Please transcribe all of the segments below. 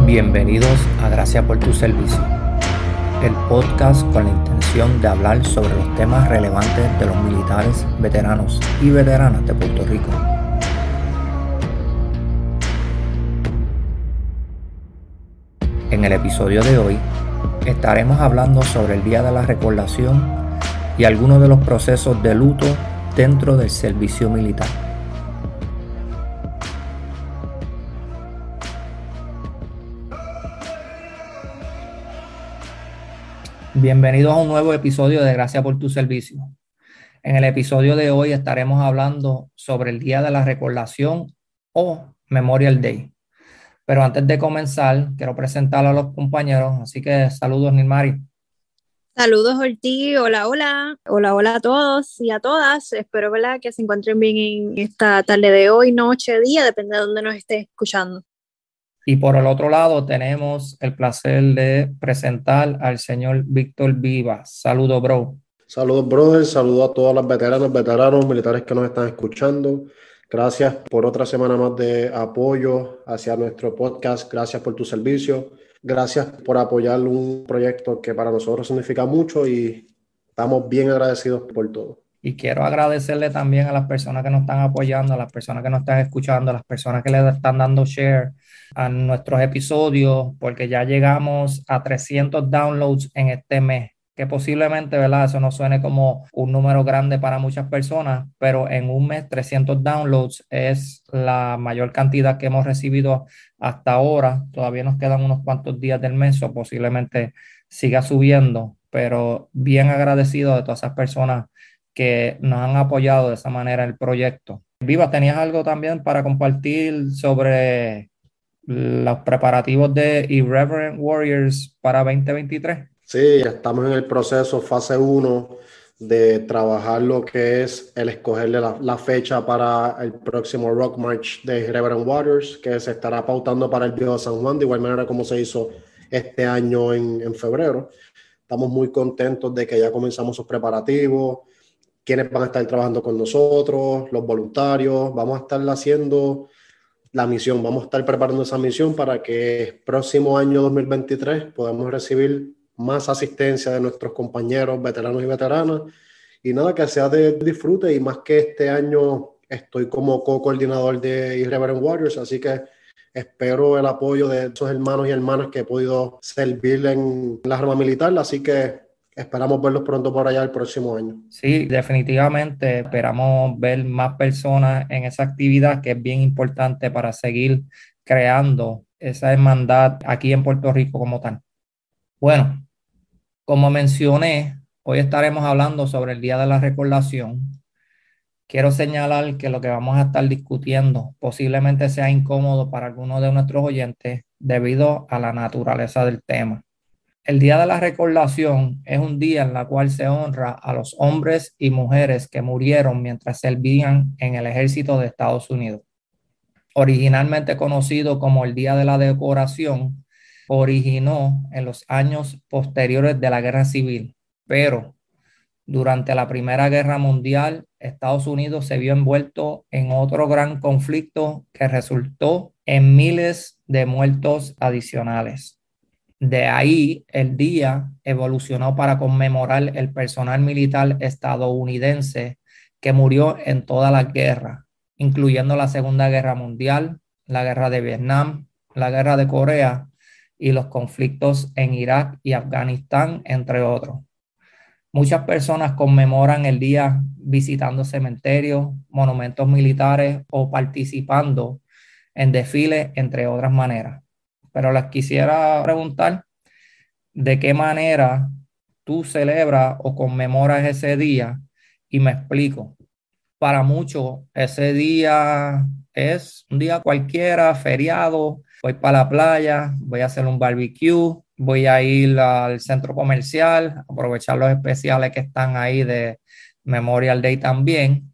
Bienvenidos a Gracias por tu servicio, el podcast con la intención de hablar sobre los temas relevantes de los militares, veteranos y veteranas de Puerto Rico. En el episodio de hoy estaremos hablando sobre el Día de la Recordación y algunos de los procesos de luto dentro del servicio militar. Bienvenidos a un nuevo episodio de Gracias por tu servicio. En el episodio de hoy estaremos hablando sobre el Día de la Recordación o Memorial Day. Pero antes de comenzar, quiero presentar a los compañeros, así que saludos, Nilmari. Saludos, Ortiz. Hola, hola. Hola, hola a todos y a todas. Espero, ¿verdad?, que se encuentren bien en esta tarde de hoy, noche, día, depende de dónde nos estés escuchando. Y por el otro lado tenemos el placer de presentar al señor Víctor Vivas. Saludos, bro. Saludos, brother. Saludos a todas las veteranas, veteranos, militares que nos están escuchando. Gracias por otra semana más de apoyo hacia nuestro podcast. Gracias por tu servicio. Gracias por apoyar un proyecto que para nosotros significa mucho y estamos bien agradecidos por todo. Y quiero agradecerle también a las personas que nos están apoyando, a las personas que nos están escuchando, a las personas que le están dando share a nuestros episodios, porque ya llegamos a 300 downloads en este mes, que posiblemente, ¿verdad?, eso no suene como un número grande para muchas personas, pero en un mes 300 downloads es la mayor cantidad que hemos recibido hasta ahora. Todavía nos quedan unos cuantos días del mes o posiblemente siga subiendo, pero bien agradecido de todas esas personas que nos han apoyado de esa manera el proyecto. Viva, ¿tenías algo también para compartir sobre los preparativos de Irreverent Warriors para 2023? Sí, ya estamos en el proceso, fase 1, de trabajar lo que es el escogerle la fecha para el próximo Rock March de Irreverent Warriors, que se estará pautando para el Viejo San Juan, de igual manera como se hizo este año en febrero. Estamos muy contentos de que ya comenzamos sus preparativos, quiénes van a estar trabajando con nosotros, los voluntarios. Vamos a estar haciendo la misión, vamos a estar preparando esa misión para que el próximo año 2023 podamos recibir más asistencia de nuestros compañeros veteranos y veteranas, y nada, que sea de disfrute, y más que este año estoy como co-coordinador de Irreverent Warriors, así que espero el apoyo de esos hermanos y hermanas que he podido servir en la rama militar, así que esperamos verlos pronto por allá el próximo año. Sí, definitivamente esperamos ver más personas en esa actividad, que es bien importante para seguir creando esa hermandad aquí en Puerto Rico como tal. Bueno, como mencioné, hoy estaremos hablando sobre el Día de la Recordación. Quiero señalar que lo que vamos a estar discutiendo posiblemente sea incómodo para algunos de nuestros oyentes debido a la naturaleza del tema. El Día de la Recordación es un día en el cual se honra a los hombres y mujeres que murieron mientras servían en el ejército de Estados Unidos. Originalmente conocido como el Día de la Decoración, originó en los años posteriores de la Guerra Civil, pero durante la Primera Guerra Mundial, Estados Unidos se vio envuelto en otro gran conflicto que resultó en miles de muertos adicionales. De ahí, el día evolucionó para conmemorar el personal militar estadounidense que murió en todas las guerras, incluyendo la Segunda Guerra Mundial, la Guerra de Vietnam, la Guerra de Corea y los conflictos en Irak y Afganistán, entre otros. Muchas personas conmemoran el día visitando cementerios, monumentos militares o participando en desfiles, entre otras maneras. Pero les quisiera preguntar, ¿de qué manera tú celebras o conmemoras ese día? Y me explico. Para muchos, ese día es un día cualquiera, feriado. Voy para la playa, voy a hacer un barbecue, voy a ir al centro comercial, aprovechar los especiales que están ahí de Memorial Day también.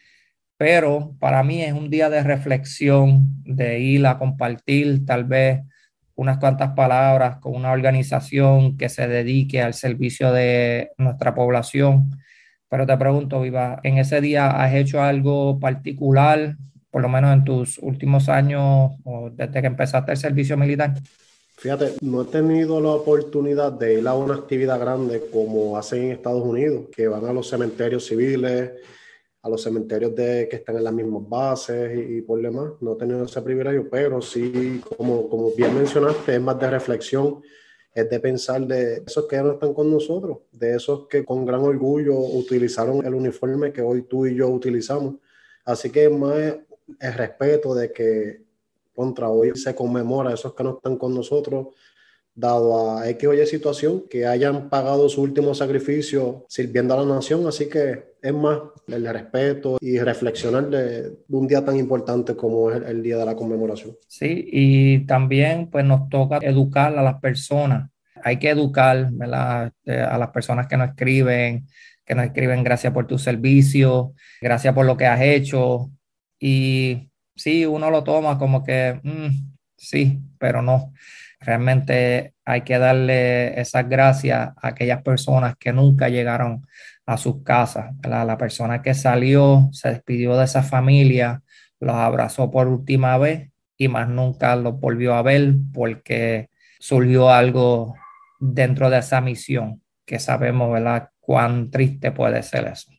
Pero para mí es un día de reflexión, de ir a compartir tal vez unas cuantas palabras con una organización que se dedique al servicio de nuestra población. Pero te pregunto, Viva, ¿en ese día has hecho algo particular, por lo menos en tus últimos años o desde que empezaste el servicio militar? Fíjate, no he tenido la oportunidad de ir a una actividad grande como hacen en Estados Unidos, que van a los cementerios civiles, a los cementerios que están en las mismas bases y por demás. No he tenido ese privilegio, pero sí, como bien mencionaste, es más de reflexión, es de pensar de esos que ya no están con nosotros, de esos que con gran orgullo utilizaron el uniforme que hoy tú y yo utilizamos. Así que es más el respeto de que contra hoy se conmemora a esos que no están con nosotros, dado a X o Y situación, que hayan pagado su último sacrificio sirviendo a la nación. Así que es más el respeto y reflexionar de un día tan importante como es el día de la conmemoración. Sí, y también pues nos toca educar a las personas. Hay que educar, ¿verdad? A las personas que nos escriben gracias por tu servicio, gracias por lo que has hecho. Y sí, uno lo toma como que sí, pero no. Realmente hay que darle esas gracias a aquellas personas que nunca llegaron a sus casas, ¿verdad? La persona que salió, se despidió de esa familia, los abrazó por última vez y más nunca los volvió a ver porque surgió algo dentro de esa misión que sabemos, ¿verdad? Cuán triste puede ser eso.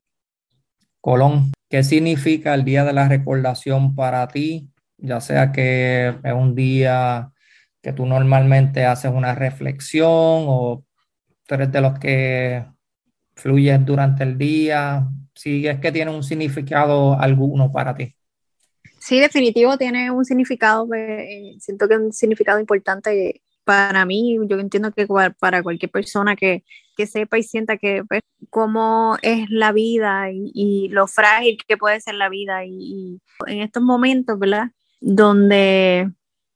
Colón, ¿qué significa el Día de la Recordación para ti? Ya sea que es un día que tú normalmente haces una reflexión o tú eres de los que fluyes durante el día, si es que tiene un significado alguno para ti. Sí, definitivo, tiene un significado, siento que es un significado importante para mí. Yo entiendo que para cualquier persona que sepa y sienta que pues, cómo es la vida y lo frágil que puede ser la vida y en estos momentos, ¿verdad? Donde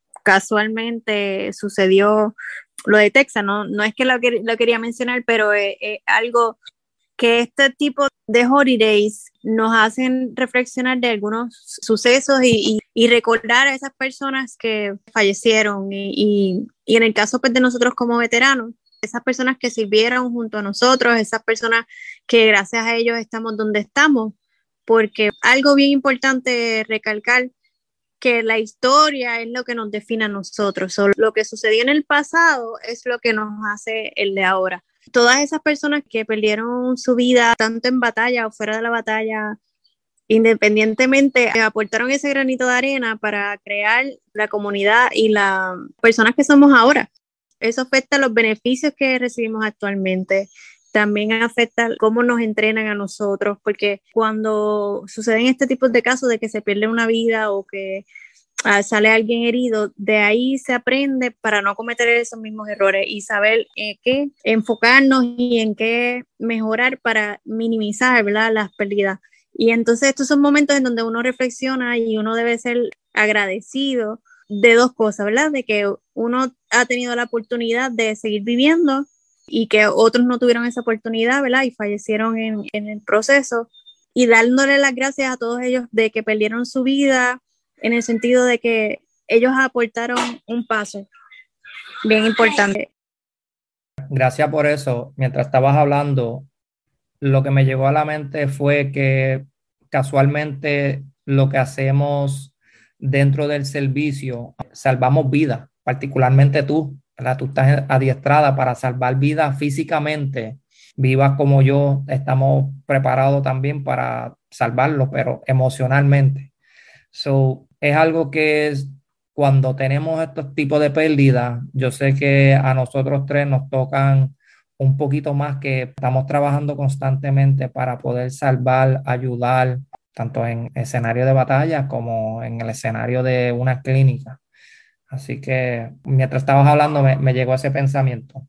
casualmente sucedió lo de Texas, no es que lo quería mencionar, pero es algo que este tipo de holidays nos hacen reflexionar de algunos sucesos y recordar a esas personas que fallecieron y en el caso pues, de nosotros como veteranos, esas personas que sirvieron junto a nosotros, esas personas que gracias a ellos estamos donde estamos, porque algo bien importante recalcar que la historia es lo que nos define a nosotros, o lo que sucedió en el pasado es lo que nos hace el de ahora. Todas esas personas que perdieron su vida, tanto en batalla o fuera de la batalla, independientemente, aportaron ese granito de arena para crear la comunidad y las personas que somos ahora. Eso afecta los beneficios que recibimos actualmente. También afecta cómo nos entrenan a nosotros, porque cuando suceden este tipo de casos de que se pierde una vida o que sale alguien herido, de ahí se aprende para no cometer esos mismos errores y saber en qué enfocarnos y en qué mejorar para minimizar, ¿verdad?, las pérdidas. Y entonces estos son momentos en donde uno reflexiona y uno debe ser agradecido de dos cosas, ¿verdad? De que uno ha tenido la oportunidad de seguir viviendo y que otros no tuvieron esa oportunidad, ¿verdad? Y fallecieron en el proceso. Y dándole las gracias a todos ellos de que perdieron su vida en el sentido de que ellos aportaron un paso bien importante. Gracias por eso. Mientras estabas hablando, lo que me llegó a la mente fue que casualmente lo que hacemos dentro del servicio, salvamos vidas, particularmente tú, ¿verdad? Tú estás adiestrada para salvar vidas físicamente, vivas como yo, estamos preparados también para salvarlo, pero emocionalmente. So, es algo que es cuando tenemos estos tipos de pérdidas, yo sé que a nosotros tres nos tocan un poquito más, que estamos trabajando constantemente para poder salvar, ayudar, tanto en escenario de batalla como en el escenario de una clínica. Así que mientras estabas hablando me llegó ese pensamiento.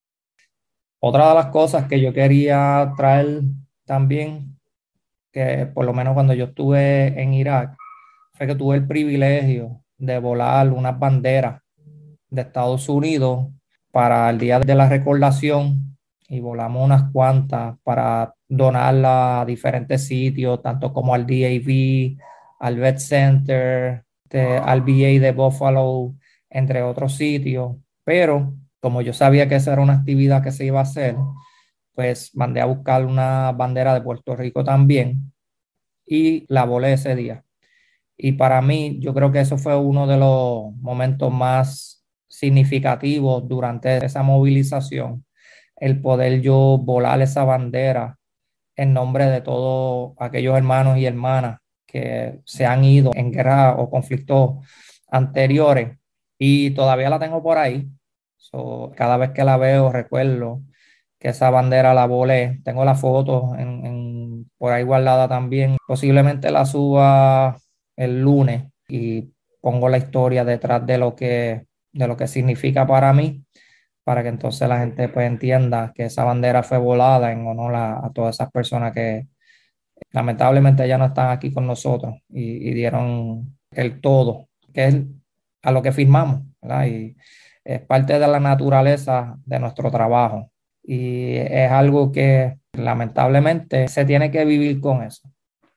Otra de las cosas que yo quería traer también, que por lo menos cuando yo estuve en Irak, fue que tuve el privilegio de volar unas banderas de Estados Unidos para el Día de la Recordación y volamos unas cuantas para donarlas a diferentes sitios, tanto como al DAV, al Vet Center, al VA de Buffalo, entre otros sitios. Pero como yo sabía que esa era una actividad que se iba a hacer, pues mandé a buscar una bandera de Puerto Rico también y la volé ese día. Y para mí, yo creo que eso fue uno de los momentos más significativo durante esa movilización, el poder yo volar esa bandera en nombre de todos aquellos hermanos y hermanas que se han ido en guerra o conflictos anteriores y todavía la tengo por ahí. So, cada vez que la veo recuerdo que esa bandera la volé. Tengo la foto por ahí guardada también. Posiblemente la suba el lunes y pongo la historia detrás de lo que significa para mí, para que entonces la gente pues entienda que esa bandera fue volada en honor a todas esas personas que lamentablemente ya no están aquí con nosotros y dieron el todo, que es a lo que firmamos, ¿verdad? Y es parte de la naturaleza de nuestro trabajo y es algo que lamentablemente se tiene que vivir con eso.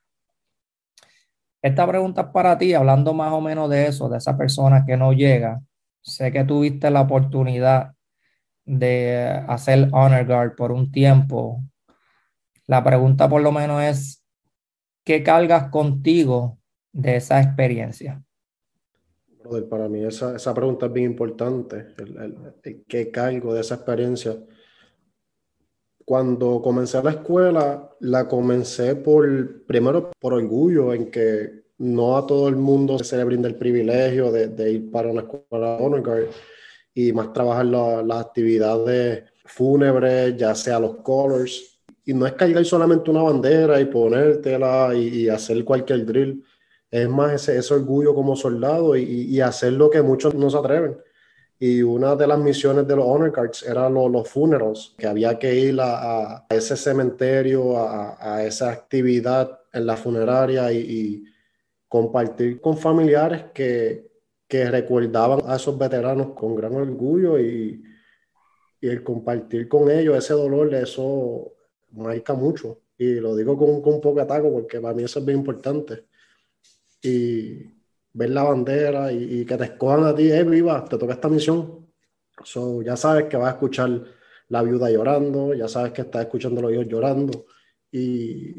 Esta pregunta es para ti, hablando más o menos de eso, de esa persona que no llega. Sé que tuviste la oportunidad de hacer Honor Guard por un tiempo. La pregunta por lo menos es, ¿qué cargas contigo de esa experiencia? Brother, para mí esa pregunta es bien importante, el qué cargo de esa experiencia. Cuando comencé la escuela, la comencé primero por orgullo en que no a todo el mundo se le brinda el privilegio de ir para una escuela Honor Guard y más trabajar las actividades fúnebres, ya sea los colors. Y no es cargar solamente una bandera y ponértela y hacer cualquier drill. Es más ese orgullo como soldado y hacer lo que muchos no se atreven. Y una de las misiones de los Honor Guards eran los funerals, que había que ir a ese cementerio, a esa actividad en la funeraria y compartir con familiares que recordaban a esos veteranos con gran orgullo y el compartir con ellos ese dolor, eso marca mucho. Y lo digo con un poco de ataco porque para mí eso es bien importante. Y ver la bandera y que te escojan a ti, viva, te toca esta misión. So, ya sabes que vas a escuchar la viuda llorando, ya sabes que estás escuchando a los hijos llorando. Y,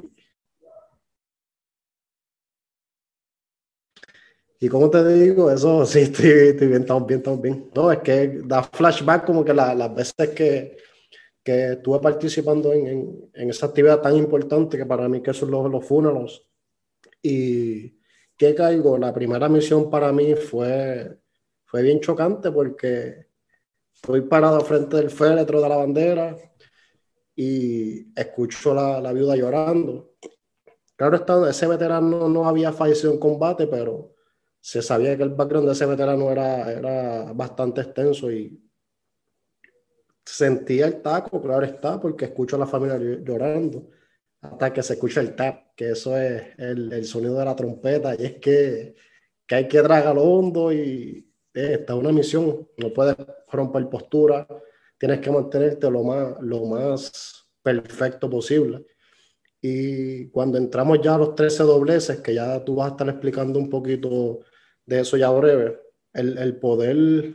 y como te digo, eso sí, estoy bien, estamos bien, estamos bien. No, es que da flashback como que las veces que estuve participando en esa actividad tan importante que para mí que son los funerals. Y qué caigo, la primera misión para mí fue bien chocante porque estoy parado frente del féretro de la bandera y escucho la viuda llorando. Claro está, ese veterano no había fallecido en combate, pero se sabía que el background de ese veterano era bastante extenso y sentía el taco, claro está, porque escucho a la familia llorando, hasta que se escucha el tap, que eso es el sonido de la trompeta, y es que hay que tragar hondo y esta es una misión, no puedes romper postura, tienes que mantenerte lo más perfecto posible. Y cuando entramos ya a los 13 dobleces, que ya tú vas a estar explicando un poquito de eso ya breve, el poder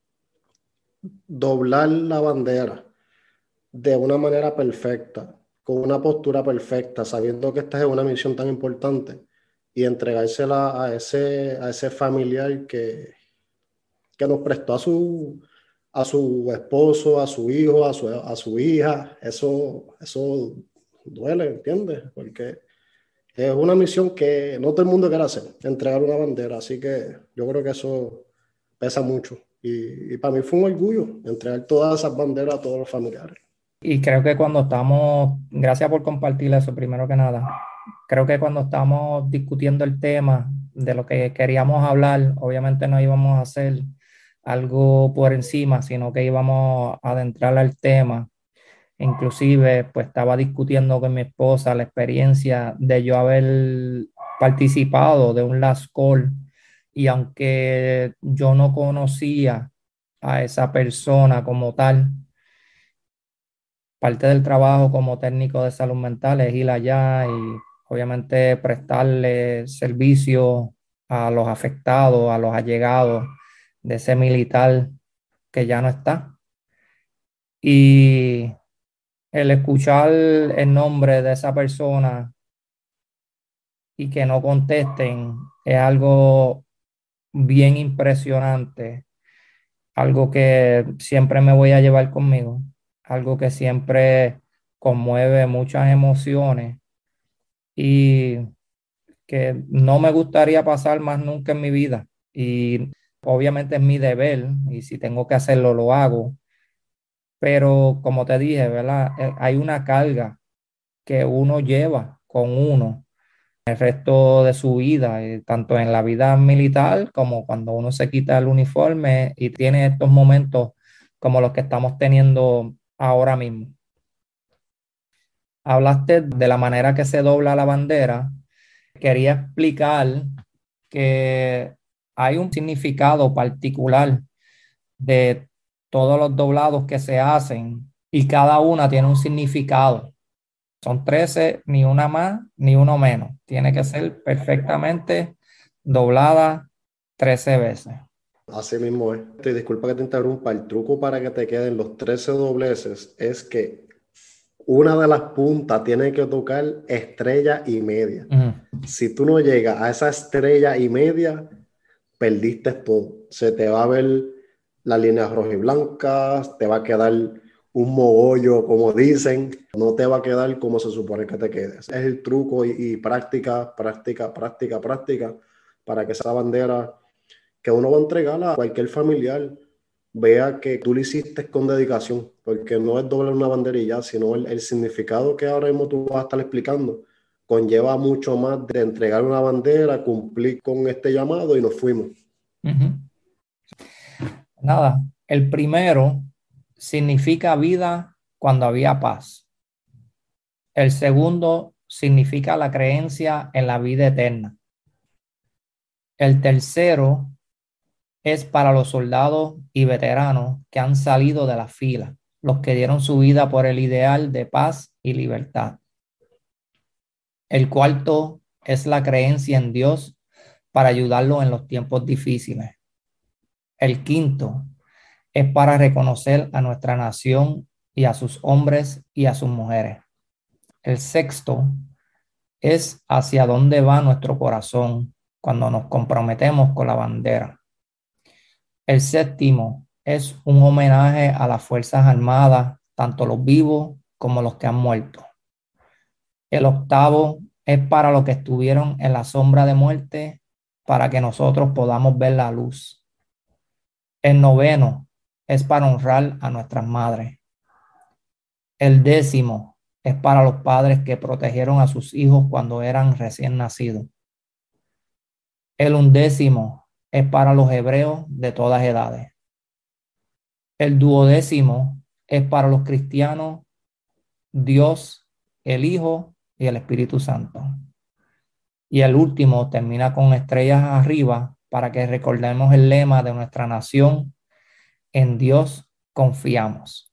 doblar la bandera de una manera perfecta, con una postura perfecta, sabiendo que esta es una misión tan importante y entregársela a ese familiar que nos prestó a su esposo, a su hijo, a su hija, eso duele, ¿entiendes? Porque es una misión que no todo el mundo quiere hacer, entregar una bandera, así que yo creo que eso pesa mucho. Y para mí fue un orgullo entregar todas esas banderas a todos los familiares. Y creo que cuando estamos, gracias por compartir eso, primero que nada, creo que cuando estamos discutiendo el tema de lo que queríamos hablar, obviamente no íbamos a hacer algo por encima, sino que íbamos a adentrar al tema. Inclusive, pues estaba discutiendo con mi esposa la experiencia de yo haber participado de un last call y aunque yo no conocía a esa persona como tal, parte del trabajo como técnico de salud mental es ir allá y obviamente prestarle servicio a los afectados, a los allegados de ese militar que ya no está. Y el escuchar el nombre de esa persona y que no contesten es algo bien impresionante algo que siempre me voy a llevar conmigo, algo que siempre conmueve muchas emociones y que no me gustaría pasar más nunca en mi vida. Y obviamente es mi deber y si tengo que hacerlo, lo hago. Pero como te dije, ¿verdad? Hay una carga que uno lleva con uno el resto de su vida, tanto en la vida militar como cuando uno se quita el uniforme y tiene estos momentos como los que estamos teniendo ahora mismo. Hablaste de la manera que se dobla la bandera. Quería explicar que hay un significado particular de todos los doblados que se hacen y cada una tiene un significado. Son 13, ni una más ni uno menos. Tiene que ser perfectamente doblada 13 veces. Así mismo es. Disculpa que te interrumpa. El truco para que te queden los 13 dobleces es que una de las puntas tiene que tocar estrella y media. Si tú no llegas a esa estrella y media, perdiste todo. Se te va a ver las líneas rojas y blancas, te va a quedar un mogollo, como dicen, no te va a quedar como se supone que te quedes. Es el truco y práctica, práctica, práctica, práctica, para que esa bandera que uno va a entregar a cualquier familiar vea que tú lo hiciste con dedicación, porque no es doblar una banderilla, sino el significado que ahora mismo tú vas a estar explicando conlleva mucho más de entregar una bandera, cumplir con este llamado y nos fuimos. Nada, el primero significa vida cuando había paz. El segundo significa la creencia en la vida eterna. El tercero es para los soldados y veteranos que han salido de la fila, los que dieron su vida por el ideal de paz y libertad. El cuarto es la creencia en Dios para ayudarlos en los tiempos difíciles. El quinto es para reconocer a nuestra nación y a sus hombres y a sus mujeres. El sexto es hacia dónde va nuestro corazón cuando nos comprometemos con la bandera. El séptimo es un homenaje a las Fuerzas Armadas, tanto los vivos como los que han muerto. El octavo es para los que estuvieron en la sombra de muerte, para que nosotros podamos ver la luz. El noveno es para honrar a nuestras madres. El décimo es para los padres que protegieron a sus hijos cuando eran recién nacidos. El undécimo es para los hebreos de todas edades. El duodécimo es para los cristianos, Dios, el Hijo y el Espíritu Santo. Y el último termina con estrellas arriba para que recordemos el lema de nuestra nación: en Dios confiamos.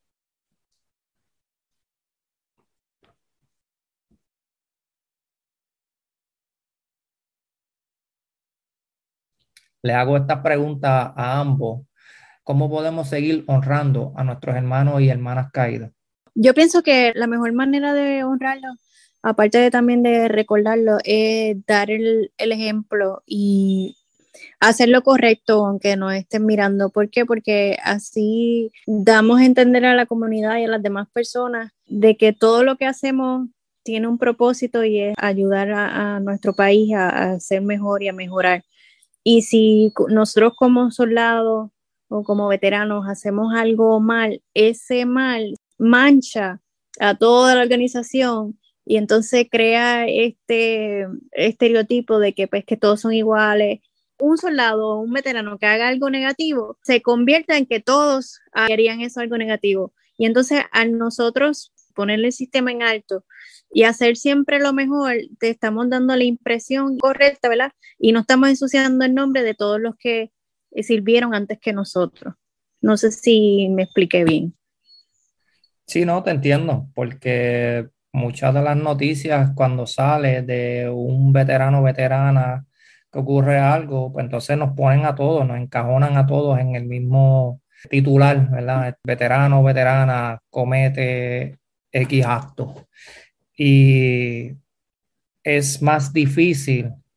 Le hago esta pregunta a ambos. ¿Cómo podemos seguir honrando a nuestros hermanos y hermanas caídos? Yo pienso que la mejor manera de honrarlo, aparte de también de recordarlo, es dar el ejemplo y hacer lo correcto aunque no estén mirando. ¿Por qué? Porque así damos a entender a la comunidad y a las demás personas de que todo lo que hacemos tiene un propósito y es ayudar a nuestro país a ser mejor y a mejorar. Y si nosotros como soldados o como veteranos hacemos algo mal, ese mal mancha a toda la organización y entonces crea este estereotipo de que pues que todos son iguales. Un soldado o un veterano que haga algo negativo se convierte en que todos harían eso algo negativo. Y entonces a nosotros ponerle el sistema en alto y hacer siempre lo mejor, te estamos dando la impresión correcta, ¿verdad? Y no estamos ensuciando el nombre de todos los que sirvieron antes que nosotros. No sé si me expliqué bien. Sí, no, te entiendo, porque muchas de las noticias cuando sale de un veterano o veterana que ocurre algo, pues entonces nos ponen a todos, nos encajonan a todos en el mismo titular, ¿verdad? Veterano o veterana comete X acto. Y es más difícil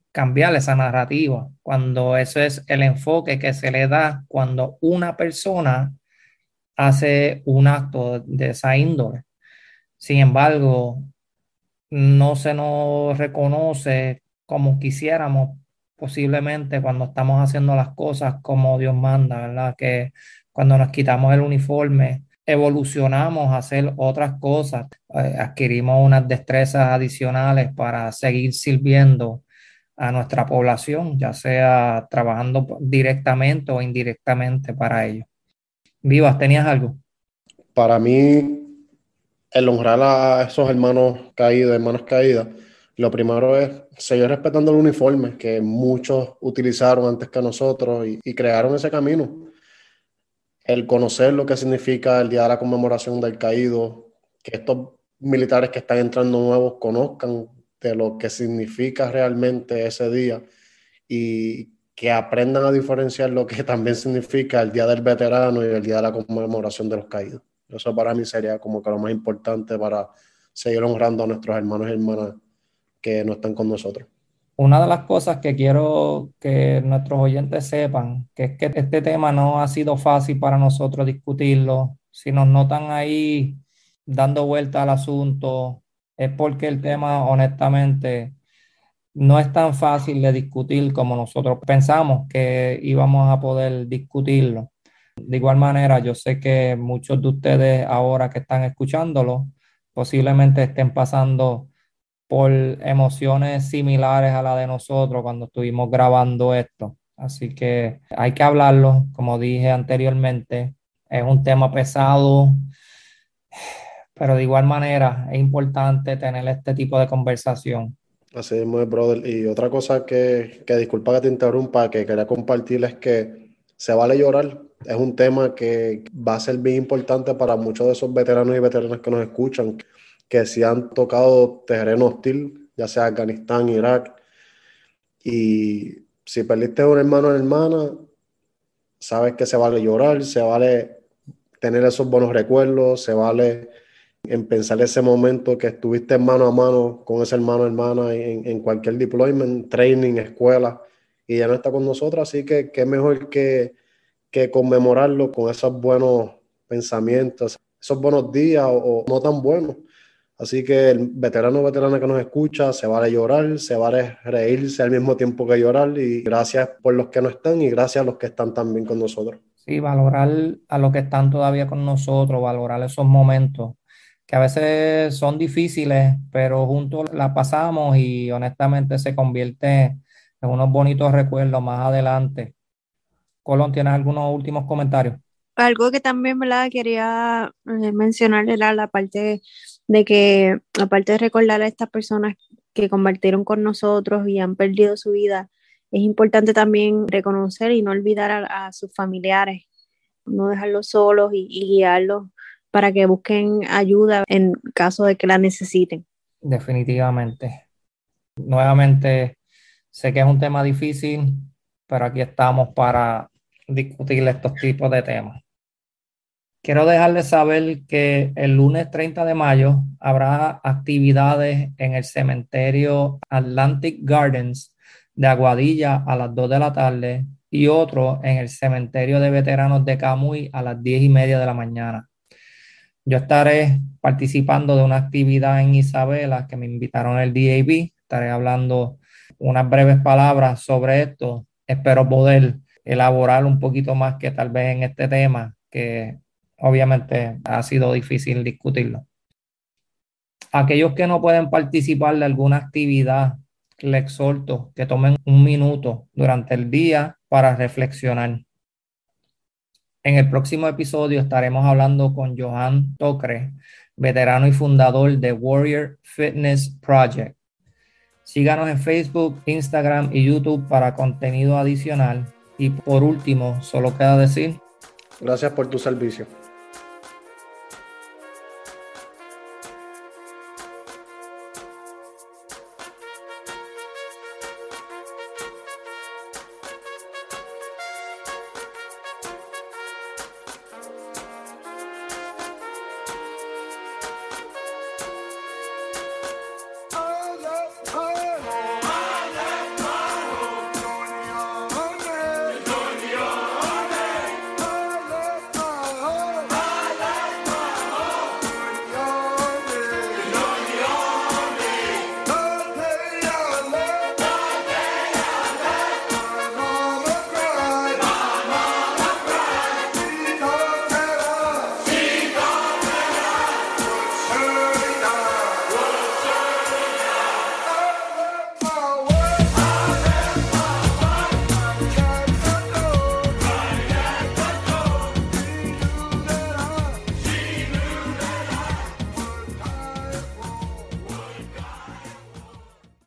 cambiar esa narrativa, cuando eso es el enfoque que se le da cuando una persona hace un acto de esa índole. Sin embargo, no se nos reconoce como quisiéramos, posiblemente cuando estamos haciendo las cosas como Dios manda, ¿verdad? Que cuando nos quitamos el uniforme, evolucionamos a hacer otras cosas, adquirimos unas destrezas adicionales para seguir sirviendo a nuestra población, ya sea trabajando directamente o indirectamente para ellos. Vivas, ¿tenías algo? Para mí, el honrar a esos hermanos caídos, hermanas caídas, lo primero es seguir respetando el uniforme que muchos utilizaron antes que nosotros y crearon ese camino. El conocer lo que significa el día de la conmemoración del caído, que estos militares que están entrando nuevos conozcan de lo que significa realmente ese día y que aprendan a diferenciar lo que también significa el Día del Veterano y el Día de la Conmemoración de los Caídos. Eso para mí sería como que lo más importante para seguir honrando a nuestros hermanos y hermanas que no están con nosotros. Una de las cosas que quiero que nuestros oyentes sepan, que es que este tema no ha sido fácil para nosotros discutirlo. Si nos notan ahí dando vuelta al asunto, es porque el tema, honestamente, no es tan fácil de discutir como nosotros pensamos que íbamos a poder discutirlo. De igual manera, yo sé que muchos de ustedes ahora que están escuchándolo posiblemente estén pasando por emociones similares a la de nosotros cuando estuvimos grabando esto. Así que hay que hablarlo, como dije anteriormente, es un tema pesado, pero de igual manera es importante tener este tipo de conversación. Así es, brother. Y otra cosa que disculpa que te interrumpa, que quería compartir es que se vale llorar. Es un tema que va a ser bien importante para muchos de esos veteranos y veteranas que nos escuchan, que si han tocado terreno hostil, ya sea Afganistán, Irak, y si perdiste un hermano o hermana, sabes que se vale llorar, se vale tener esos buenos recuerdos, se vale en pensar ese momento que estuviste mano a mano con ese hermano o hermana en cualquier deployment, training, escuela, y ya no está con nosotros, así que qué mejor que conmemorarlo con esos buenos pensamientos, esos buenos días o no tan buenos. Así que el veterano o veterana que nos escucha, se vale llorar, se vale reírse al mismo tiempo que llorar, y gracias por los que no están y gracias a los que están también con nosotros. Sí, valorar a los que están todavía con nosotros, valorar esos momentos que a veces son difíciles, pero juntos la pasamos y honestamente se convierte en unos bonitos recuerdos más adelante. Colón, ¿tienes algunos últimos comentarios? Algo que también, ¿verdad? Quería mencionar era la parte de que, aparte de recordar a estas personas que compartieron con nosotros y han perdido su vida, es importante también reconocer y no olvidar a sus familiares, no dejarlos solos y guiarlos para que busquen ayuda en caso de que la necesiten. Definitivamente. Nuevamente, sé que es un tema difícil, pero aquí estamos para discutir estos tipos de temas. Quiero dejarles saber que el lunes 30 de mayo habrá actividades en el cementerio Atlantic Gardens de Aguadilla a las 2 de la tarde y otro en el cementerio de veteranos de Camuy a las 10:30 de la mañana. Yo estaré participando de una actividad en Isabela que me invitaron el DAB. Estaré hablando unas breves palabras sobre esto. Espero poder elaborar un poquito más que tal vez en este tema, que obviamente ha sido difícil discutirlo. Aquellos que no pueden participar de alguna actividad, les exhorto que tomen un minuto durante el día para reflexionar. En el próximo episodio estaremos hablando con Johan Tocre, veterano y fundador de Warrior Fitness Project. Síganos en Facebook, Instagram y YouTube para contenido adicional. Y por último, solo queda decir: Gracias por tu servicio.